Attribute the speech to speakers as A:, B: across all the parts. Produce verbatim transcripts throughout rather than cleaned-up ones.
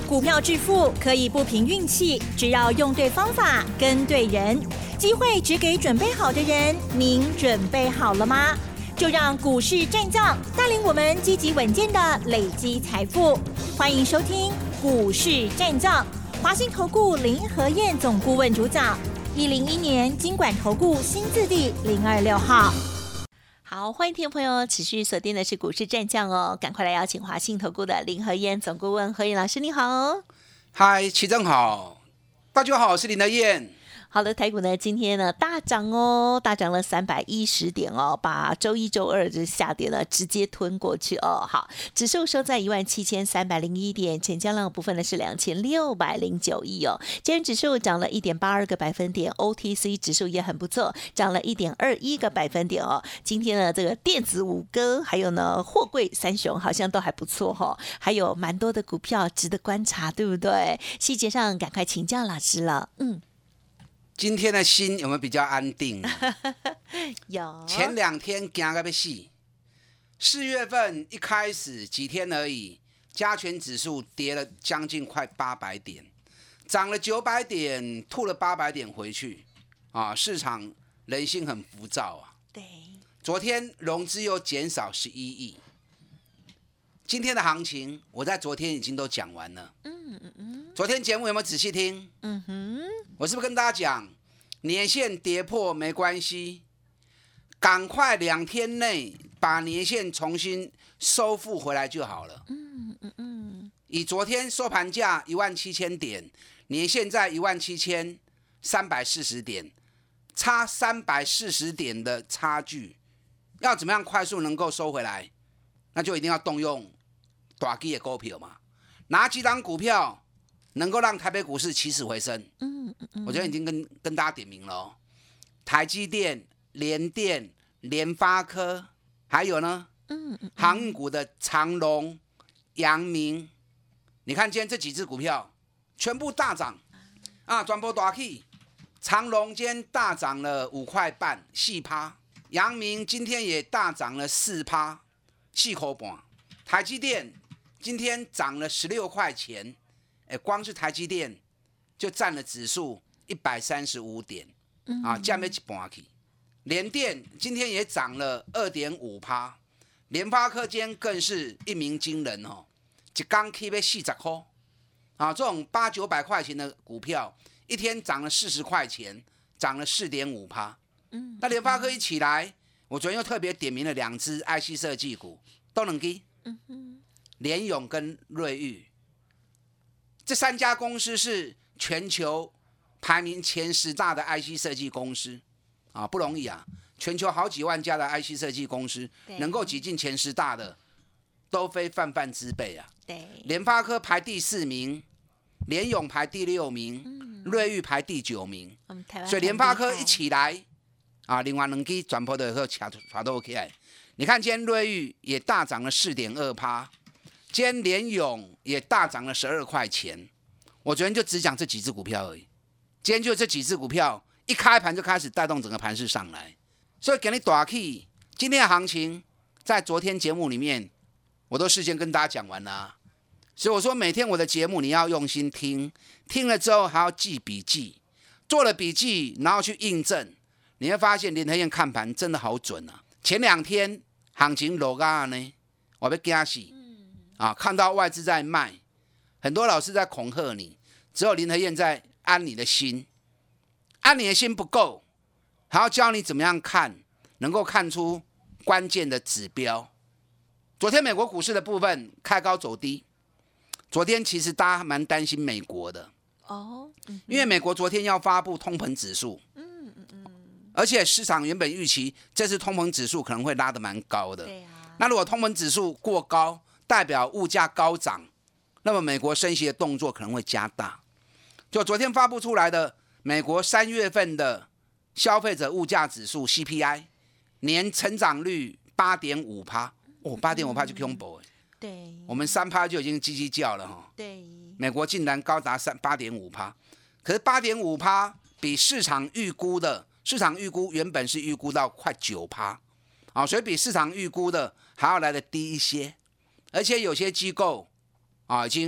A: 股票致富可以不凭运气，只要用对方法、跟对人。机会只给准备好的人，您准备好了吗？就让股市战将带领我们积极稳健的累积财富。欢迎收听股市战将，华信投顾林和彥总顾问主讲，一零一年金管投顾新字第零二六号。好，欢迎听众朋友持续锁定的是股市战将哦，赶快来邀请华信投顾的林和彥总顾问，和彥老师你好。
B: 嗨，齐正好，大家好，我是林和彥。
A: 好的，台股呢今天呢大涨哦，大涨了三百一十点哦，把周一周二的下跌呢直接吞过去哦。好，指数收在一万七千三百零一点，成交量部分呢是两千六百零九亿哦。今天指数涨了一点八二个百分点 ，O T C 指数也很不错，涨了一点二一个百分点哦。今天呢这个电子五哥还有呢货柜三雄好像都还不错哈、哦，还有蛮多的股票值得观察，对不对？细节上赶快请教老师了，嗯。
B: 今天的心有没有比较安定？
A: 有。
B: 前两天惊到要死。四月份一开始几天而已，加权指数跌了将近快八百点，涨了九百点，吐了八百点回去。啊，市场人心很浮躁啊。
A: 对。
B: 昨天融资又减少十一亿。今天的行情，我在昨天已经都讲完了。嗯嗯嗯。昨天节目有没有仔细听？嗯哼。我是不是跟大家讲，年线跌破没关系，赶快两天内把年线重新收复回来就好了。嗯嗯嗯。以昨天收盘价一万七千点，年线在一万七千三百四十点，差三百四十点的差距，要怎么样快速能够收回来？那就一定要动用大支的股票嘛，哪几档股票能够让台北股市起死回生？嗯嗯嗯，我觉得已经跟跟大家点名了哦，台积电、联电、联发科，还有呢，嗯嗯嗯航运股的长荣、阳明，你看今天这几只股票全部大涨啊，全部大起。长荣今天大涨了五块半，四趴；阳明今天也大涨了四趴。四块半，台积电今天涨了十六块钱，哎，光是台积电就占了指数一百三十五点，啊，降了一半去。联电今天也涨了二点五趴，联发科今天更是一鸣惊人哦，一天起要四十块，啊，这种八九百块钱的股票，一天涨了四十块钱，涨了四点五趴。嗯，那联发科一起来。我昨天又特别点名了两只 I C 设计股，都能给，联咏跟瑞昱，这三家公司是全球排名前十大的 I C 设计公司啊，不容易啊！全球好几万家的 I C 设计公司能够挤进前十大的，都非泛泛之辈啊。对，联发科排第四名，联咏排第六名，嗯、瑞昱排第九名，所以联发科一起来。啊，另外两支全部都有查查都 OK。你看今天瑞昱也大涨了四点二趴，今天联咏也大涨了十二块钱。我昨天就只讲这几只股票而已，今天就这几只股票一开盘就开始带动整个盘势上来，所以给你大起。今天的行情在昨天节目里面我都事先跟大家讲完了、啊，所以我说每天我的节目你要用心听，听了之后还要记笔记，做了笔记然后去印证。你会发现林和彥看盘真的好准啊！前两天行情落啊呢，我被惊死啊！看到外资在卖，很多老师在恐吓你，只有林和彥在安你的心，安你的心不够，还要教你怎么样看，能够看出关键的指标。昨天美国股市的部分开高走低，昨天其实大家蛮担心美国的哦，因为美国昨天要发布通膨指数。而且市场原本预期这次通膨指数可能会拉得蛮高的，对啊。那如果通膨指数过高，代表物价高涨，那么美国升息的动作可能会加大。就昨天发布出来的美国三月份的消费者物价指数 C P I 年成长率 八点五趴， 哦 八点五趴 就恐怖耶，对，我们 三趴 就已经叽叽叫了齁，对，美国竟然高达 八点五趴， 可是 八点五趴 比市场预估的市场预估原本是预估到快 百分之九、啊、所以比市场预估的还要来得低一些，而且有些机构、啊、已经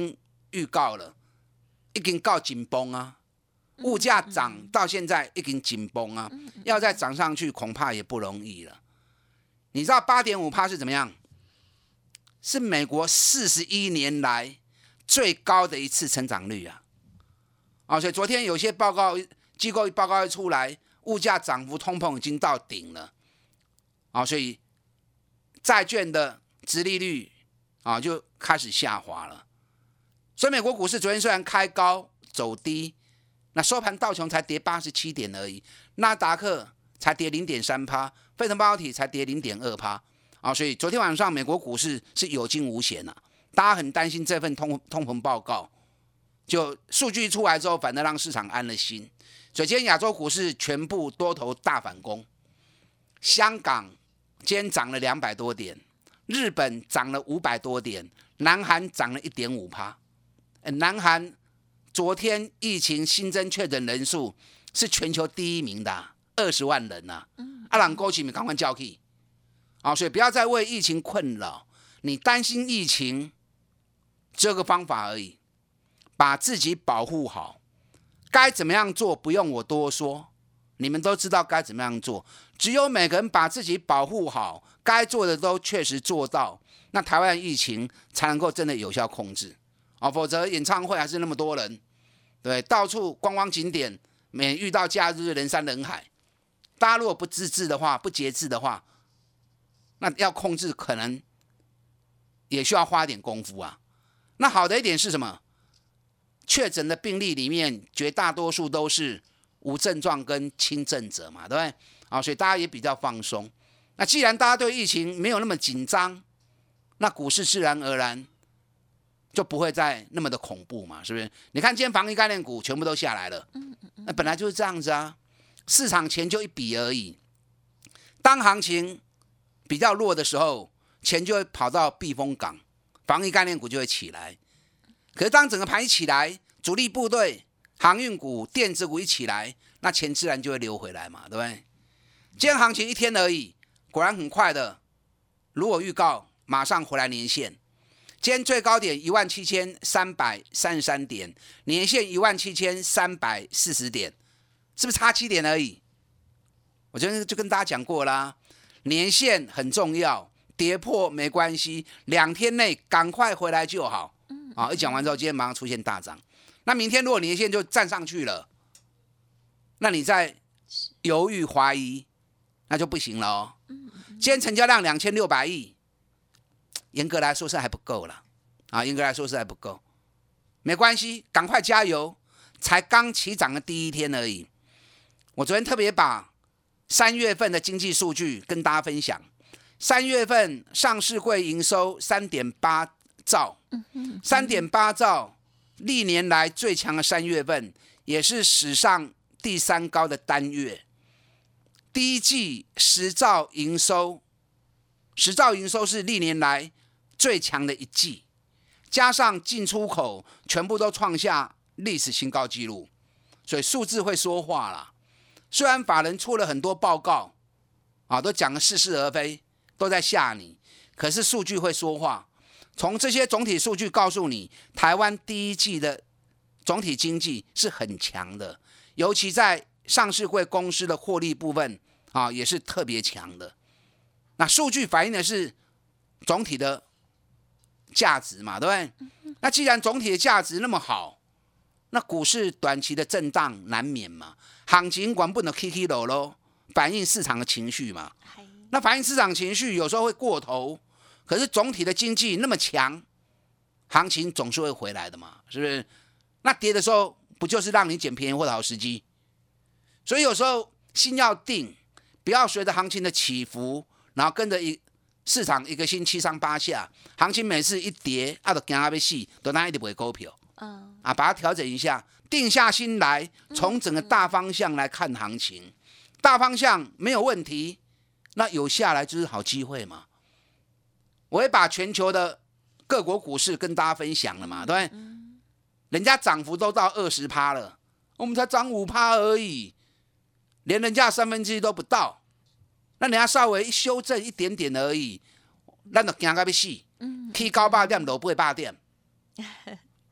B: 预告了，已经告紧绷啊，物价涨到现在已经紧绷啊，要再涨上去恐怕也不容易了。你知道 八点五 是怎么样？是美国四十一年来最高的一次成长率啊！啊，所以昨天有些报告机构报告一出来，物价涨幅通膨已经到顶了啊，所以债券的殖利率啊就开始下滑了。所以美国股市昨天虽然开高走低，那收盘道琼才跌八十七点而已，纳达克才跌 零点三 趴，费城半导体才跌 零点二 趴。啊，所以昨天晚上美国股市是有惊无险啊，大家很担心这份通通膨报告，就数据出来之后，反而让市场安了心。所以今天亚洲股市全部多头大反攻，香港今天涨了两百多点，日本涨了五百多点，南韩涨了 一点五 趴。南韩昨天疫情新增确诊人数是全球第一名的、啊，二十万人呐、啊。阿朗勾起米赶快叫去。啊，所以不要再为疫情困扰，你担心疫情，这个方法而已，把自己保护好，该怎么样做不用我多说，你们都知道该怎么样做。只有每个人把自己保护好，该做的都确实做到，那台湾疫情才能够真的有效控制啊，否则演唱会还是那么多人，对，到处观光景点，每遇到假日人山人海，大家如果不自制的话，不节制的话，那要控制可能也需要花点功夫啊。那好的一点是什么？确诊的病例里面绝大多数都是无症状跟轻症者嘛，对不对？啊，所以大家也比较放松。那既然大家对疫情没有那么紧张，那股市自然而然就不会再那么的恐怖嘛，是不是？你看今天防疫概念股全部都下来了，那本来就是这样子啊，市场钱就一笔而已。当行情比较弱的时候，钱就会跑到避风港，防疫概念股就会起来。可是当整个盘一起来，主力部队、航运股、电子股一起来，那钱自然就会流回来嘛，对不对？今天行情一天而已，果然很快的，如我预告，马上回来年线。今天最高点一万七千三百三十三点，年线一万七千三百四十点，是不是差七点而已？我昨天就跟大家讲过啦。年线很重要，跌破没关系，两天内赶快回来就好。啊，一讲完之后，今天马上出现大涨。那明天如果年线就站上去了，那你再犹豫怀疑，那就不行了哦。今天成交量两千六百亿，严格来说是还不够了啊，严格来说是还不够。没关系，赶快加油，才刚起涨的第一天而已。我昨天特别把三月份的经济数据跟大家分享，三月份上市柜营收 三点八兆， 三点八兆，历年来最强的三月份，也是史上第三高的单月。第一季十兆营收，十兆营收是历年来最强的一季，加上进出口全部都创下历史新高纪录，所以数字会说话啦。虽然法人出了很多报告啊，都讲得似是而非，都在吓你，可是数据会说话。从这些总体数据告诉你，台湾第一季的总体经济是很强的，尤其在上市柜公司的获利部分啊，也是特别强的。那数据反映的是总体的价值嘛，对不对？那既然总体的价值那么好，那股市短期的震荡难免嘛，行情管不能起起落落，反映市场的情绪嘛。那反映市场情绪有时候会过头，可是总体的经济那么强，行情总是会回来的嘛，是不是？那跌的时候不就是让你捡便宜或者好时机？所以有时候心要定，不要随着行情的起伏，然后跟着一市场一个星期上八下，行情每次一跌，啊，就惊到要死，就那一直买股票。嗯、啊，把它调整一下，定下心来，从整个大方向来看行情，嗯、大方向没有问题，那有下来就是好机会嘛。我会把全球的各国股市跟大家分享了嘛，对不对？嗯、人家涨幅都到 百分之二十 了，我们才涨 百分之五 而已，连人家三分之一都不到，那人家稍微修正一点点而已，咱就惊到要死，起高八点，落八八点。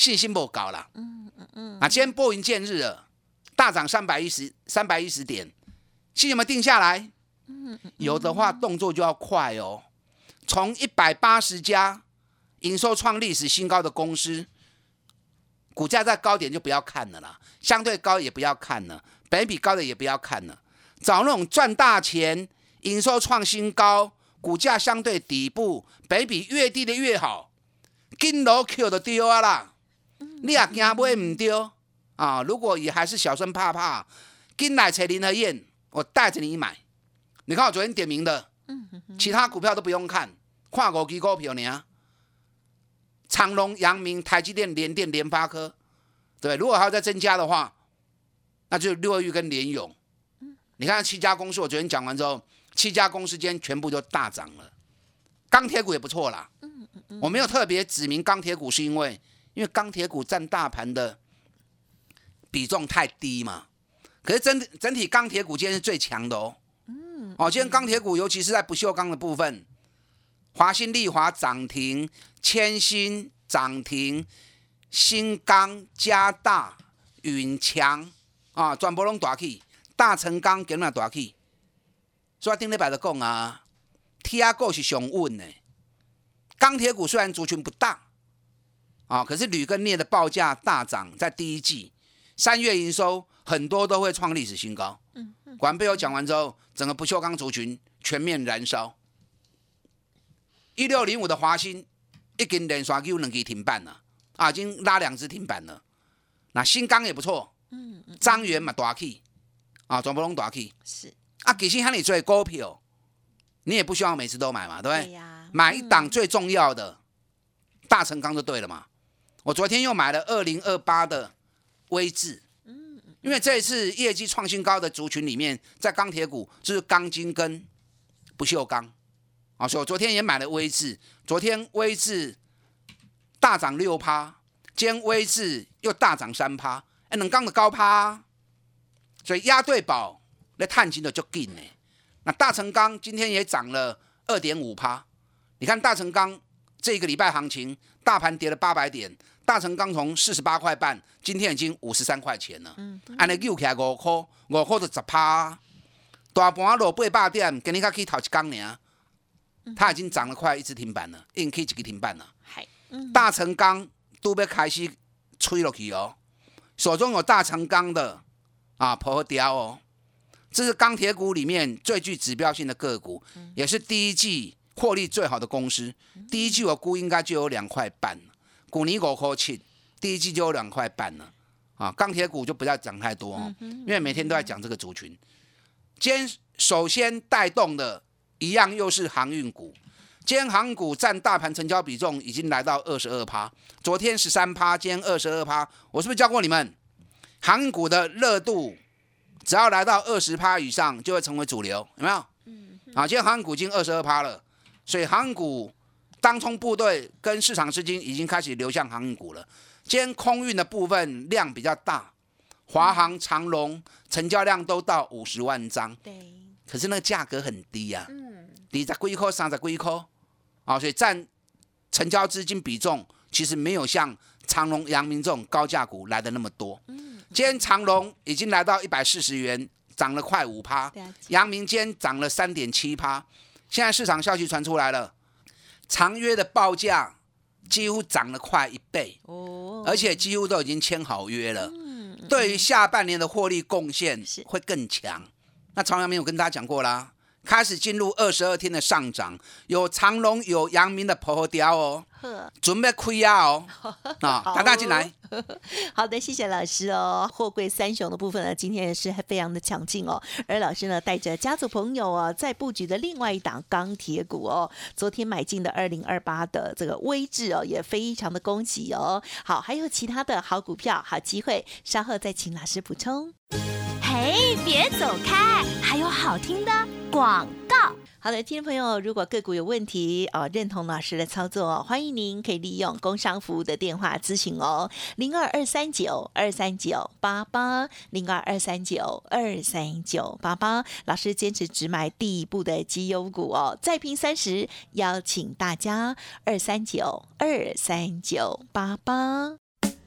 B: 信心不高啦。嗯嗯嗯。啊，今天拨云见日了，大涨三百一十三百一十点，心有没有定下来？嗯嗯。有的话，动作就要快哦。从一百八十家营收创历史新高的公司，股价在高点就不要看了啦，相对高也不要看了，本益比高的也不要看了，找那种赚大钱、营收创新高、股价相对底部、本益比越低的越好，紧落 Q 就对啊啦。你也惊买唔对啊？如果也还是小声怕怕，紧来找林和燕，我带着你买。你看我昨天点名的。其他股票都不用看，看五支股票呢。长荣、阳明、台积电、联电、联发科，对，如果还要再增加的话，那就六二一跟联咏。你看七家公司，我昨天讲完之后，七家公司间全部都大涨了。钢铁股也不错啦，我没有特别指明钢铁股，是因为因为钢铁股占大盘的比重太低嘛。可是整整体钢铁股今天是最强的哦。哦，今天钢铁股，尤其是在不锈钢的部分，华新丽华涨停，千新涨停，新钢、嘉大、允强啊，全部拢大起，大成钢今日大起，所以顶礼拜就讲啊，铁股是上稳的。钢铁股虽然族群不大啊，可是铝跟镍的报价大涨，在第一季三月营收很多都会创历史新高。嗯嗯，果然被我讲完之后，整个不锈钢族群全面燃烧。一六零五的华新已经连续有两支停板了，啊，已经拉两支停板了。那新钢也不错，嗯嗯，彰源嘛大起，啊，全部拢大起。是啊，其实和你做股票，你也不需要每次都买嘛，对不对？对呀、买一档最重要的、嗯、大成钢就对了嘛。我昨天又买了二零二八的威致。因为这一次业绩创新高的族群里面，在钢铁股就是钢筋跟不锈钢，啊，所以我昨天也买了威致，昨天威致大涨六趴，今天威致又大涨三趴，哎，两钢的高趴、啊，所以押对宝来探金的就紧呢。那大成钢今天也涨了二点五趴，你看大成钢这个礼拜行情，大盘跌了八百点。大成钢从四十八块半，今天已经五十三块钱了。嗯，按你扭起来五块，五块就十趴。大盘落八百点，今天才去头一天呢，它已经涨了快一只停板了，已经去一个停板了。嗯、大成钢都要开始吹落去哦，手中有大成钢的啊，破掉哦。这是钢铁股里面最具指标性的个股，嗯、也是第一季获利最好的公司。嗯、第一季我估应该就有两块半。股年五块七，第一季就有两块半了啊！钢铁股就不要讲太多哦，因为每天都在讲这个族群。今天首先带动的一样又是航运股，今天航运股占大盘成交比重已经来到二十二趴，昨天十三趴，今天二十二趴。我是不是教过你们，航运股的热度只要来到二十趴以上，就会成为主流，有没有？啊，今天航运股已经二十二趴了，所以航运股。当冲部队跟市场资金已经开始流向航运股了。今天空运的部分量比较大，华航、长荣成交量都到五十万张，对，可是那个价格很低啊，嗯，二十几块、三十几块，啊，所以占成交资金比重其实没有像长荣、阳明这种高价股来的那么多。嗯，今天长荣已经来到一百四十元，涨了快五趴，阳明今天涨了三点七趴。现在市场消息传出来了。长约的报价几乎涨了快一倍，哦，而且几乎都已经签好约了。嗯，对于下半年的获利贡献会更强。那长阳明有跟大家讲过啦，开始进入二十二天的上涨，有长荣有阳明的破掉哦，准备开啊哦，啊，大家进来。
A: 好的，谢谢老师哦。货柜三雄的部分呢，今天也是非常的强劲哦。而老师呢，带着家族朋友哦，在布局的另外一档钢铁股哦，昨天买进的二零二八的这个威致哦，也非常的恭喜哦。好，还有其他的好股票、好机会，稍后再请老师补充。嘿，别走开，还有好听的广告。好的，听众朋友，如果个股有问题哦，认同老师的操作、哦，欢迎您可以利用工商服务的电话咨询哦，零二二三九二三九八八，零二二三九二三九八八。老师坚持只买第一步的绩优股哦，再拼三十，邀请大家二三九二三九八八。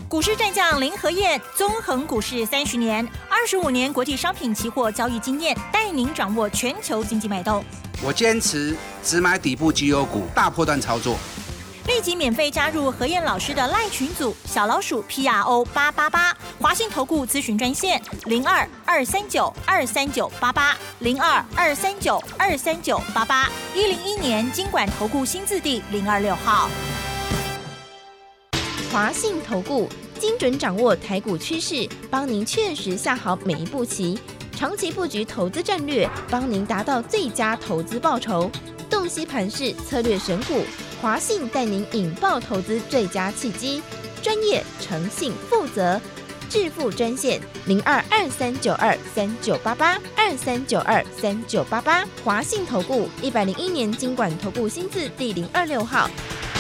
A: 股市战将林和燕，纵横股市三十年，二十五年国际商品期货交易经验，带您掌握全球经济脉动。
B: 我坚持只买底部绩优股，大波段操作。
A: 立即免费加入和燕老师的赖群组，小老鼠 P R O 八八八，华信投顾咨询专线零二二三九二三九八八零二二三九二三九八八，一零一年金管投顾新字第零二六号。
C: 华信投顾精准掌握台股趋势，帮您确实下好每一步棋，长期布局投资战略，帮您达到最佳投资报酬。洞悉盘势，策略选股，华信带您引爆投资最佳契机，专业、诚信、负责。致富专线零二二三九二三九八八二三九二三九八八，华信投顾一百零一年金管投顾新字第零二六号。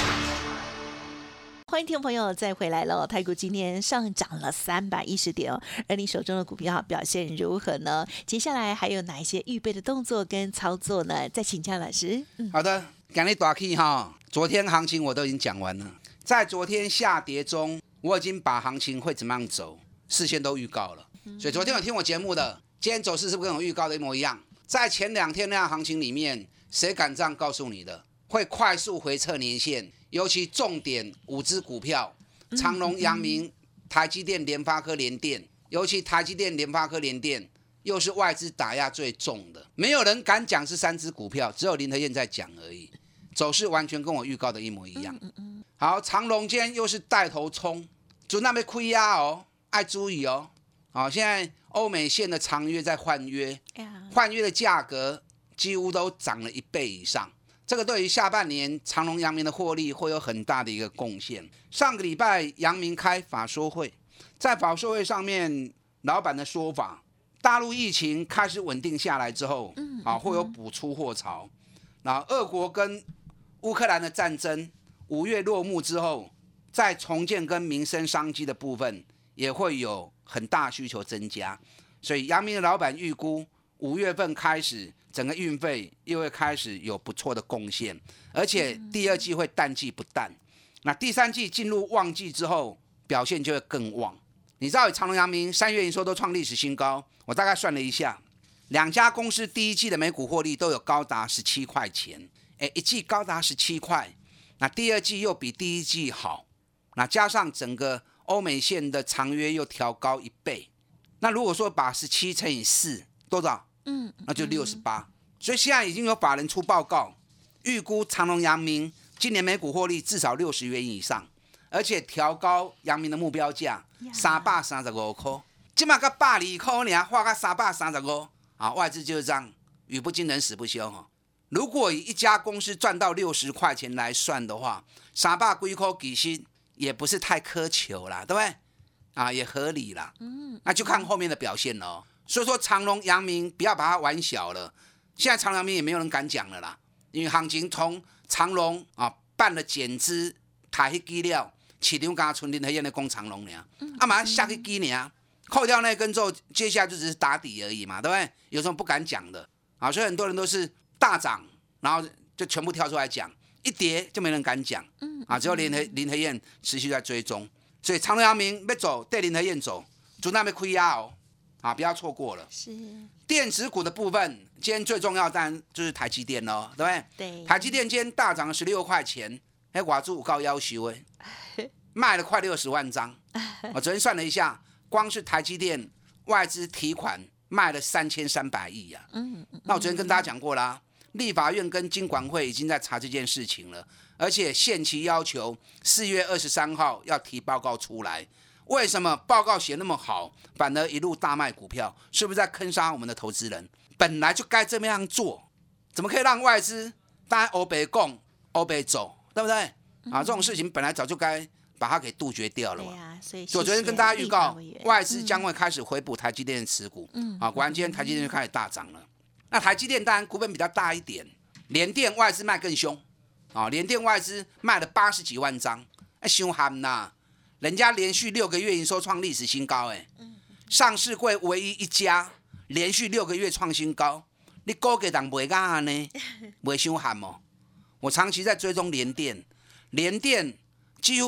D: 欢迎听众朋友再回来了，台股今天上涨了三百一十点哦，而你手中的股票表现如何呢？接下来还有哪一些预备的动作跟操作呢？再请教老师。嗯、
B: 好的，今日大 K 哈，昨天行情我都已经讲完了，在昨天下跌中，我已经把行情会怎么样走，事先都预告了。所以昨天有听我节目的，今天走势是不是跟我预告的一模一样？在前两天那样行情里面，谁敢这样告诉你的？会快速回测年线。尤其重点五只股票，长荣、阳明、台积电、联发科、联电，尤其台积电、联发科、联电，又是外资打压最重的，没有人敢讲是三只股票，只有林和燕在讲而已。走势完全跟我预告的一模一样。好，长荣今天又是带头冲，准那边亏压哦，爱注意哦。好，现在欧美线的长约在换约，换约的价格几乎都涨了一倍以上。这个对于下半年长荣、阳明的获利会有很大的一个贡献。上个礼拜阳明开法说会，在法说会上面，老板的说法，大陆疫情开始稳定下来之后，啊，会有补出货潮。然后，俄国跟乌克兰的战争五月落幕之后，在重建跟民生商机的部分也会有很大需求增加。所以，阳明的老板预估五月份开始。整个运费又会开始有不错的贡献，而且第二季会淡季不淡，那第三季进入旺季之后，表现就会更旺。你知道长荣、阳明三月营收都创历史新高，我大概算了一下，两家公司第一季的每股获利都有高达十七块钱，哎，一季高达十七块，那第二季又比第一季好，那加上整个欧美线的长约又调高一倍，那如果说把十七乘以四多少？嗯，那就六十八，所以现在已经有法人出报告，预估长荣、阳明今年每股获利至少六十元以上，而且调高阳明的目标价三百三十五块，现在到百二块呢，画到三百三十五，啊，外资就是这样，语不惊人死不休哈。如果以一家公司赚到六十块钱来算的话，三百几块其实也不是太苛求啦，对不对？啊，也合理啦。嗯，那就看后面的表现咯。所以说长荣、阳明不要把它玩小了，现在长荣、阳明也没有人敢讲了啦，因为行情从长荣啊办了减资，台迄支了，市场刚纯林和燕的讲长荣呢，啊马上下一支呢，扣掉那根之后，接下来就只是打底而已嘛，对不对？有什么不敢讲的啊？所以很多人都是大涨，然后就全部跳出来讲，一跌就没人敢讲，啊，只有林和林和燕持续在追踪，所以长荣、阳明要走，带林和燕走，就那边亏压哦。啊，不要错过了。是电子股的部分，今天最重要当然就是台积电咯，对不对？对。台积电今天大涨了十六块钱，哎，外资有够要求哎，卖了快六十万张。我昨天算了一下，光是台积电外资提款卖了三千三百亿呀。嗯嗯。那我昨天跟大家讲过啦，立法院跟金管会已经在查这件事情了，而且限期要求四月二十三号要提报告出来。为什么报告写那么好，反而一路大卖股票？是不是在坑杀我们的投资人？本来就该这么样做，怎么可以让外资当然欧北共、欧北走，对不对？啊，这种事情本来早就该把它给杜绝掉了嘛。对啊，所以我昨天跟大家预告，外资将会开始回补台积电的持股。嗯，啊，果然今天台积电就开始大涨了。那台积电当然股本比较大一点，联电外资卖更凶，啊，联电外资卖了八十几万张，哎，凶悍呐！人家连续六个月营收创历史新高，哎，上市柜唯一一家连续六个月创新高，你估计人袂敢呢？袂伤悍哦。我长期在追踪联电，联电几乎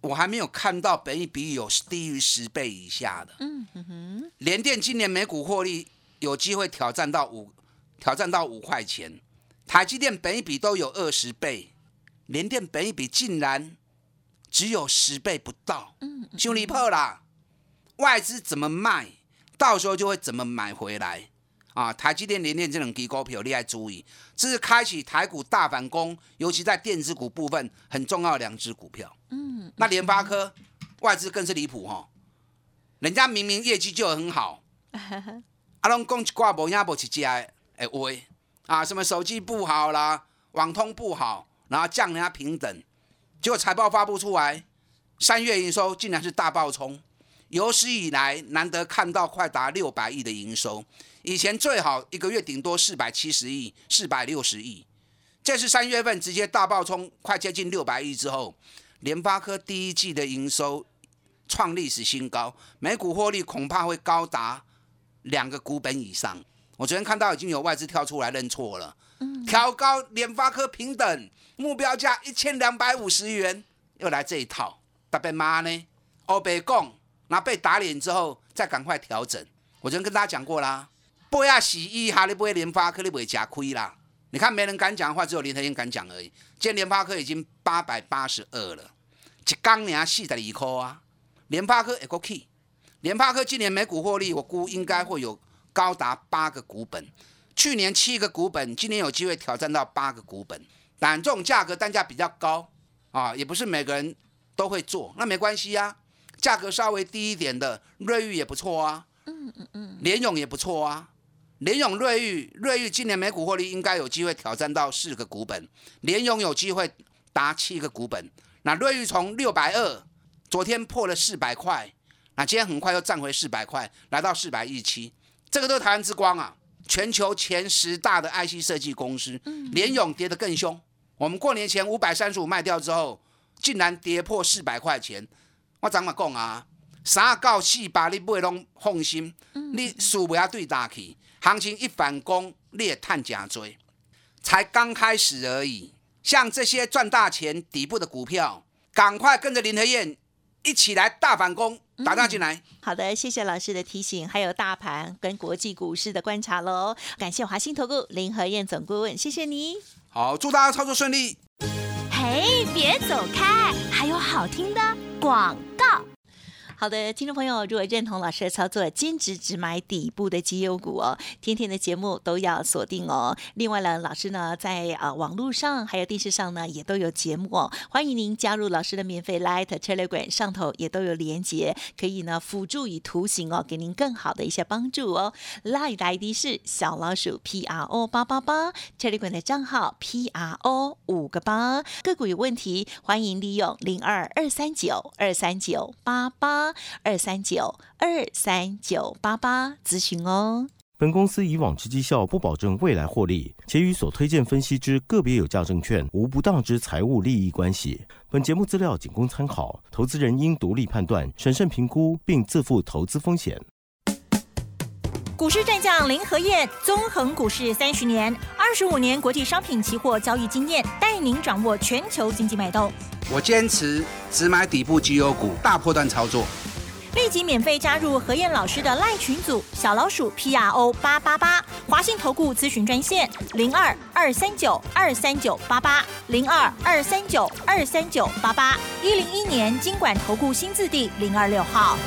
B: 我还没有看到本益比有低于十倍以下的。嗯哼哼，联电今年每股获利有机会挑战到五，挑战到五块钱。台积电本益比都有二十倍，联电本益比竟然只有十倍不到，太离谱啦！外资怎么卖，到时候就会怎么买回来啊！台积电、联电这两支股票你要注意，这是开启台股大反攻，尤其在电子股部分很重要的两支股票。嗯，那联发科外资更是离谱哈，人家明明业绩就很好，啊，拢讲一挂无影无一只的话啊，什么手机不好啦，网通不好，然后降人家平等，结果财报发布出来，三月营收竟然是大爆冲，有史以来难得看到快达六百亿的营收，以前最好一个月顶多四百七十亿、四百六十亿，这是三月份直接大爆冲，快接近六百亿之后，联发科第一季的营收创历史新高，每股获利恐怕会高达两个股本以上。我昨天看到已经有外资跳出来认错了，嗯、调高联发科平等目标价一千两百五十元，又来这一套，特别妈呢，欧北讲，然后被打脸之后再赶快调整。我昨天跟大家讲过啦，不要洗衣哈，你不会联发科，你不会吃亏啦。你看没人敢讲的话，只有林和燕敢讲而已。今天联发科已经八百八十二了，一天呢四十二块啊，联发科也够气。联发科今年每股获利，我估应该会有高达八个股本，去年七个股本，今年有机会挑战到八个股本。但这种价格单价比较高啊，也不是每个人都会做，那没关系啊。价格稍微低一点的，瑞昱也不错啊，嗯嗯嗯，联咏也不错啊。联咏、瑞昱、瑞昱今年每股获利应该有机会挑战到四个股本，联咏有机会达七个股本。那瑞昱从六百二，昨天破了四百块，那今天很快又站回四百块，来到四百一十七。这个都是台湾之光啊，全球前十大的 I C 设计公司，联咏跌得更凶。我们过年前五百三十五卖掉之后，竟然跌破四百块钱。我怎么讲啊？三到四百你买拢放心，你输不要对打去。行情一反攻，你也赚真多，才刚开始而已。像这些赚大钱底部的股票，赶快跟着林和燕一起来大反攻，打电进来、嗯。
D: 好的，谢谢老师的提醒，还有大盘跟国际股市的观察喽。感谢华信投顾林和燕总顾问，谢谢你。
B: 好，祝大家操作顺利。
A: 嘿，别走开，还有好听的广告。
D: 好的，听众朋友，如果认同老师的操作，坚持只买底部的绩优股哦，天天的节目都要锁定哦。另外呢，老师呢在呃网络上还有电视上呢也都有节目哦，欢迎您加入老师的免费 Light Telegram 上头也都有连结，可以呢辅助以图形哦，给您更好的一些帮助哦。Light 的 I D 是小老鼠 P R O 八八八 ，Telegram 的账号 P R O 五个八，个股有问题欢迎利用零二二三九二三九八八。二三九二三九八八咨询哦。
E: 本公司以往之绩效不保证未来获利，且与所推荐分析之个别有价证券无不当之财务利益关系。本节目资料仅供参考，投资人应独立判断、审慎评估，并自负投资风险。
A: 股市战将林和燕，纵横股市三十年，二十五年国际商品期货交易经验，带您掌握全球经济脉动。
B: 我坚持只买底部绩优股，大波段操作。
A: 立即免费加入和燕老师的赖群组，小老鼠 P R O 八八八，华信投顾咨询专线零二二三九二三九八八零二二三九二三九八八，一零一年金管投顾新字第零二六号。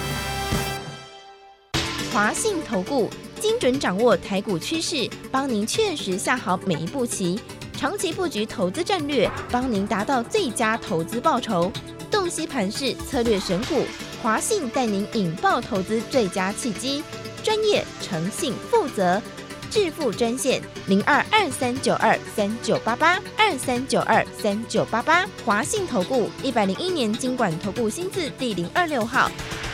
C: 华信投顾精准掌握台股趋势，帮您确实下好每一步棋，长期布局投资战略，帮您达到最佳投资报酬。洞悉盘势，策略选股，华信带您引爆投资最佳契机，专业、诚信、负责，致富专线零二二三九二三九八八二三九二三九八八，华信投顾一百零一年金管投顾新字第零二六号。